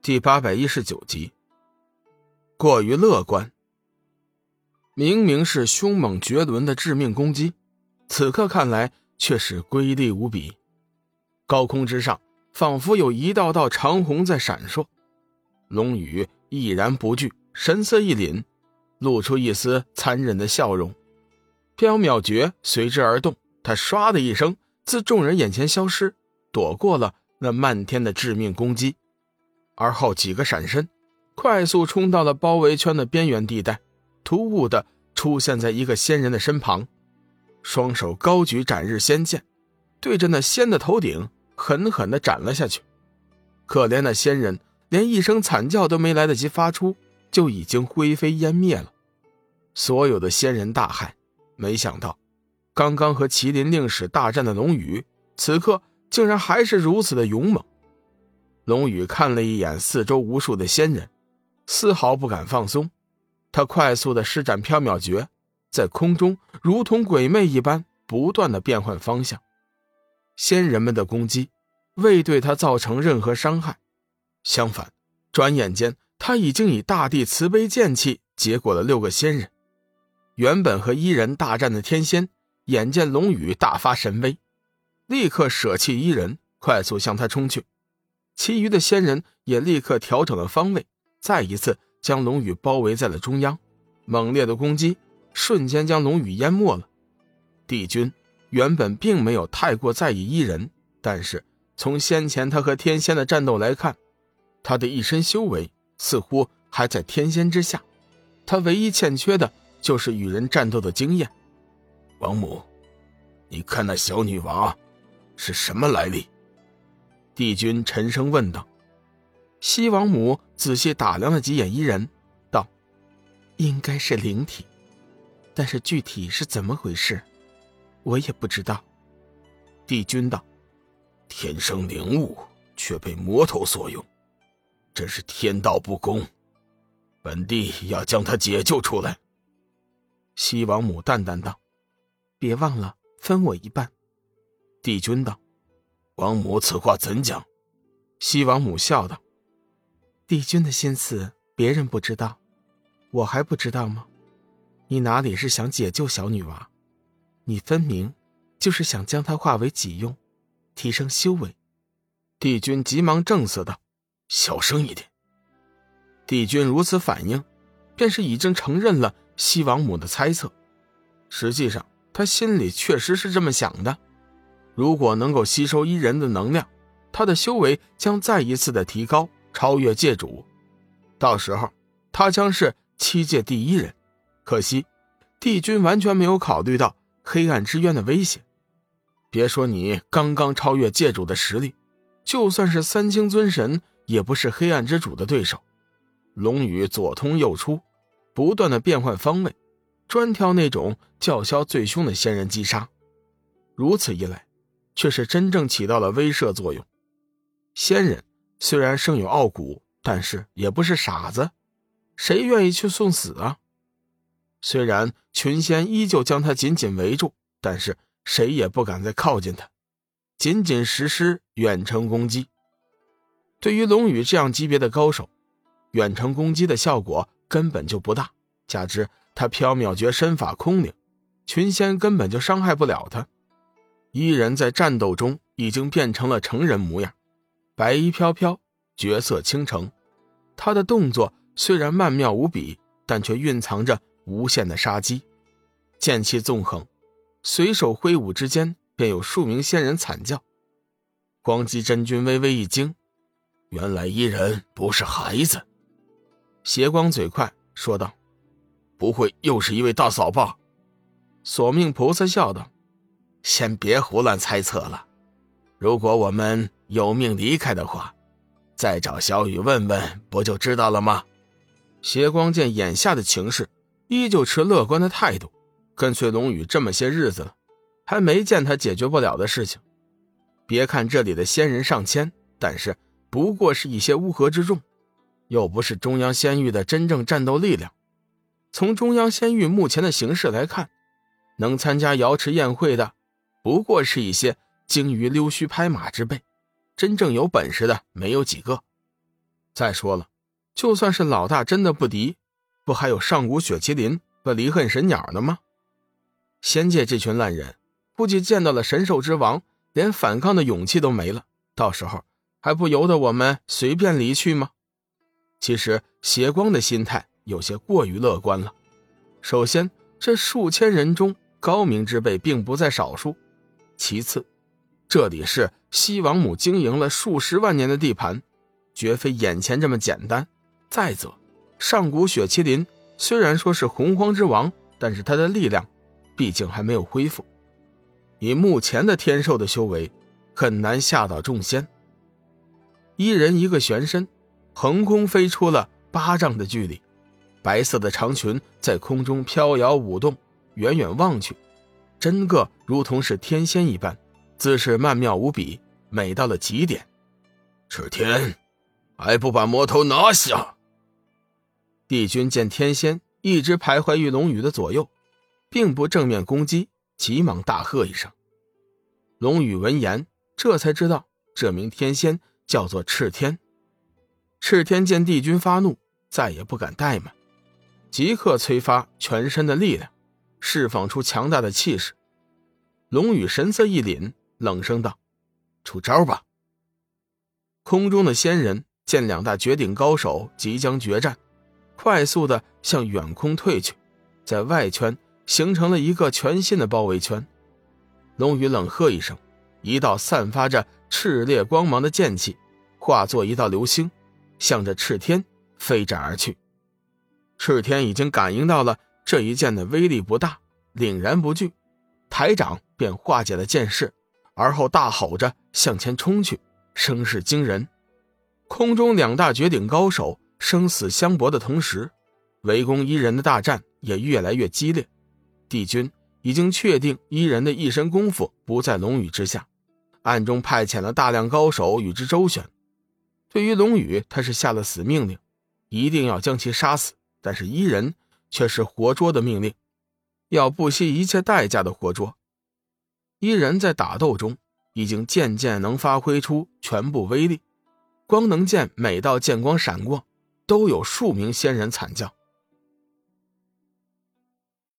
第819集。过于乐观。明明是凶猛绝伦的致命攻击，此刻看来却是瑰丽无比。高空之上仿佛有一道道长虹在闪烁，龙宇毅然不惧，神色一凛，露出一丝残忍的笑容。缥缈诀随之而动，他唰的一声自众人眼前消失，躲过了那漫天的致命攻击。而后几个闪身，快速冲到了包围圈的边缘地带，突兀地出现在一个仙人的身旁，双手高举斩日仙剑，对着那仙的头顶狠狠地斩了下去。可怜的仙人连一声惨叫都没来得及发出，就已经灰飞烟灭了。所有的仙人大骇，没想到刚刚和麒麟令使大战的龙宇，此刻竟然还是如此的勇猛。龙宇看了一眼四周无数的仙人，丝毫不敢放松。他快速地施展缥缈诀，在空中如同鬼魅一般不断地变换方向。仙人们的攻击未对他造成任何伤害，相反，转眼间他已经以大地慈悲剑气结果了6个仙人。原本和伊人大战的天仙眼见龙宇大发神威，立刻舍弃伊人，快速向他冲去。其余的仙人也立刻调整了方位，再一次将龙宇包围在了中央。猛烈的攻击瞬间将龙宇淹没了。帝君原本并没有太过在意伊人，但是从先前他和天仙的战斗来看，他的一身修为似乎还在天仙之下，他唯一欠缺的就是与人战斗的经验。 王母，你看那小女娃是什么来历？ 帝君沉声问道。西王母仔细打量了几眼伊人，道：应该是灵体，但是具体是怎么回事我也不知道。帝君道： 天生灵物，却被魔头所用，真是天道不公，本帝要将他解救出来。 西王母淡淡道：别忘了分我一半。帝君道： 王母此话怎讲？ 西王母笑道：帝君的心思别人不知道，我还不知道吗？你哪里是想解救小女娃，你分明就是想将她化为己用，提升修为。帝君急忙正色道： 小声一点。 帝君如此反应，便是已经承认了西王母的猜测。实际上他心里确实是这么想的，如果能够吸收伊人的能量，他的修为将再一次的提高，超越界主，到时候他将是7界第1人。可惜帝君完全没有考虑到黑暗之渊的威胁。别说你刚刚超越界主的实力，就算是三清尊神也不是黑暗之主的对手。龙宇左通右出，不断的变换方位，专挑那种叫嚣最凶的仙人击杀。如此一来，却是真正起到了威慑作用。仙人虽然生有傲骨，但是也不是傻子，谁愿意去送死啊？虽然群仙依旧将他紧紧围住，但是谁也不敢再靠近他，仅仅实施远程攻击。对于龙宇这样级别的高手，远程攻击的效果根本就不大，加之他缥缈诀身法空灵，群仙根本就伤害不了他。伊人在战斗中已经变成了成人模样，白衣飘飘，绝色倾城。他的动作虽然曼妙无比，但却蕴藏着无限的杀机。剑气纵横，随手挥舞之间，便有数名仙人惨叫。光姬真君微微一惊， 原来伊人不是孩子。 邪光嘴快说道： 不会又是一位大嫂吧？ 索命菩萨笑道： 先别胡乱猜测了，如果我们有命离开的话，再找小雨问问不就知道了吗？ 邪光见眼下的情势依旧持乐观的态度，跟随龙宇这么些日子了，还没见他解决不了的事情。别看这里的仙人上千，但是不过是一些乌合之众，又不是中央仙域的真正战斗力量。从中央仙域目前的形势来看，能参加瑶池宴会的不过是一些精于溜须拍马之辈，真正有本事的没有几个。 再说了，就算是老大真的不敌，不还有上古雪麒麟和离恨神鸟呢吗？仙界这群烂人估计见到了神兽之王，连反抗的勇气都没了，到时候还不由得我们随便离去吗？其实邪光的心态有些过于乐观了。首先，这数千人中高明之辈并不在少数，其次，这里是西王母经营了数十万年的地盘，绝非眼前这么简单。再者，上古雪麒麟虽然说是洪荒之王，但是他的力量毕竟还没有恢复，以目前的天兽的修为，很难吓倒众仙。一人一个旋身，横空飞出了8丈的距离，白色的长裙在空中飘摇舞动，远远望去，真个如同是天仙一般，姿势曼妙无比，美到了极点。 赤天，还不把魔头拿下！ 帝君见天仙一直徘徊于龙宇的左右，并不正面攻击，急忙大喝一声。龙宇闻言，这才知道这名天仙叫做赤天。赤天见帝君发怒，再也不敢怠慢，即刻催发全身的力量，释放出强大的气势。龙宇神色一凛，冷声道：“出招吧！”空中的仙人见2大绝顶高手即将决战，快速地向远空退去，在外圈形成了一个全新的包围圈。龙宇冷喝一声，一道散发着炽烈光芒的剑气化作一道流星，向着赤天飞斩而去。赤天已经感应到了这一剑的威力不大，凛然不惧，抬掌便化解了剑势，而后大吼着向前冲去，声势惊人。空中2大绝顶高手生死相搏的同时，围攻伊人的大战也越来越激烈。帝君已经确定伊人的一身功夫不在龙宇之下，暗中派遣了大量高手与之周旋。对于龙宇，他是下了死命令，一定要将其杀死，但是伊人却是活捉的命令，要不惜一切代价的活捉。伊人在打斗中已经渐渐能发挥出全部威力，光能见每道剑光闪过，都有数名仙人惨叫。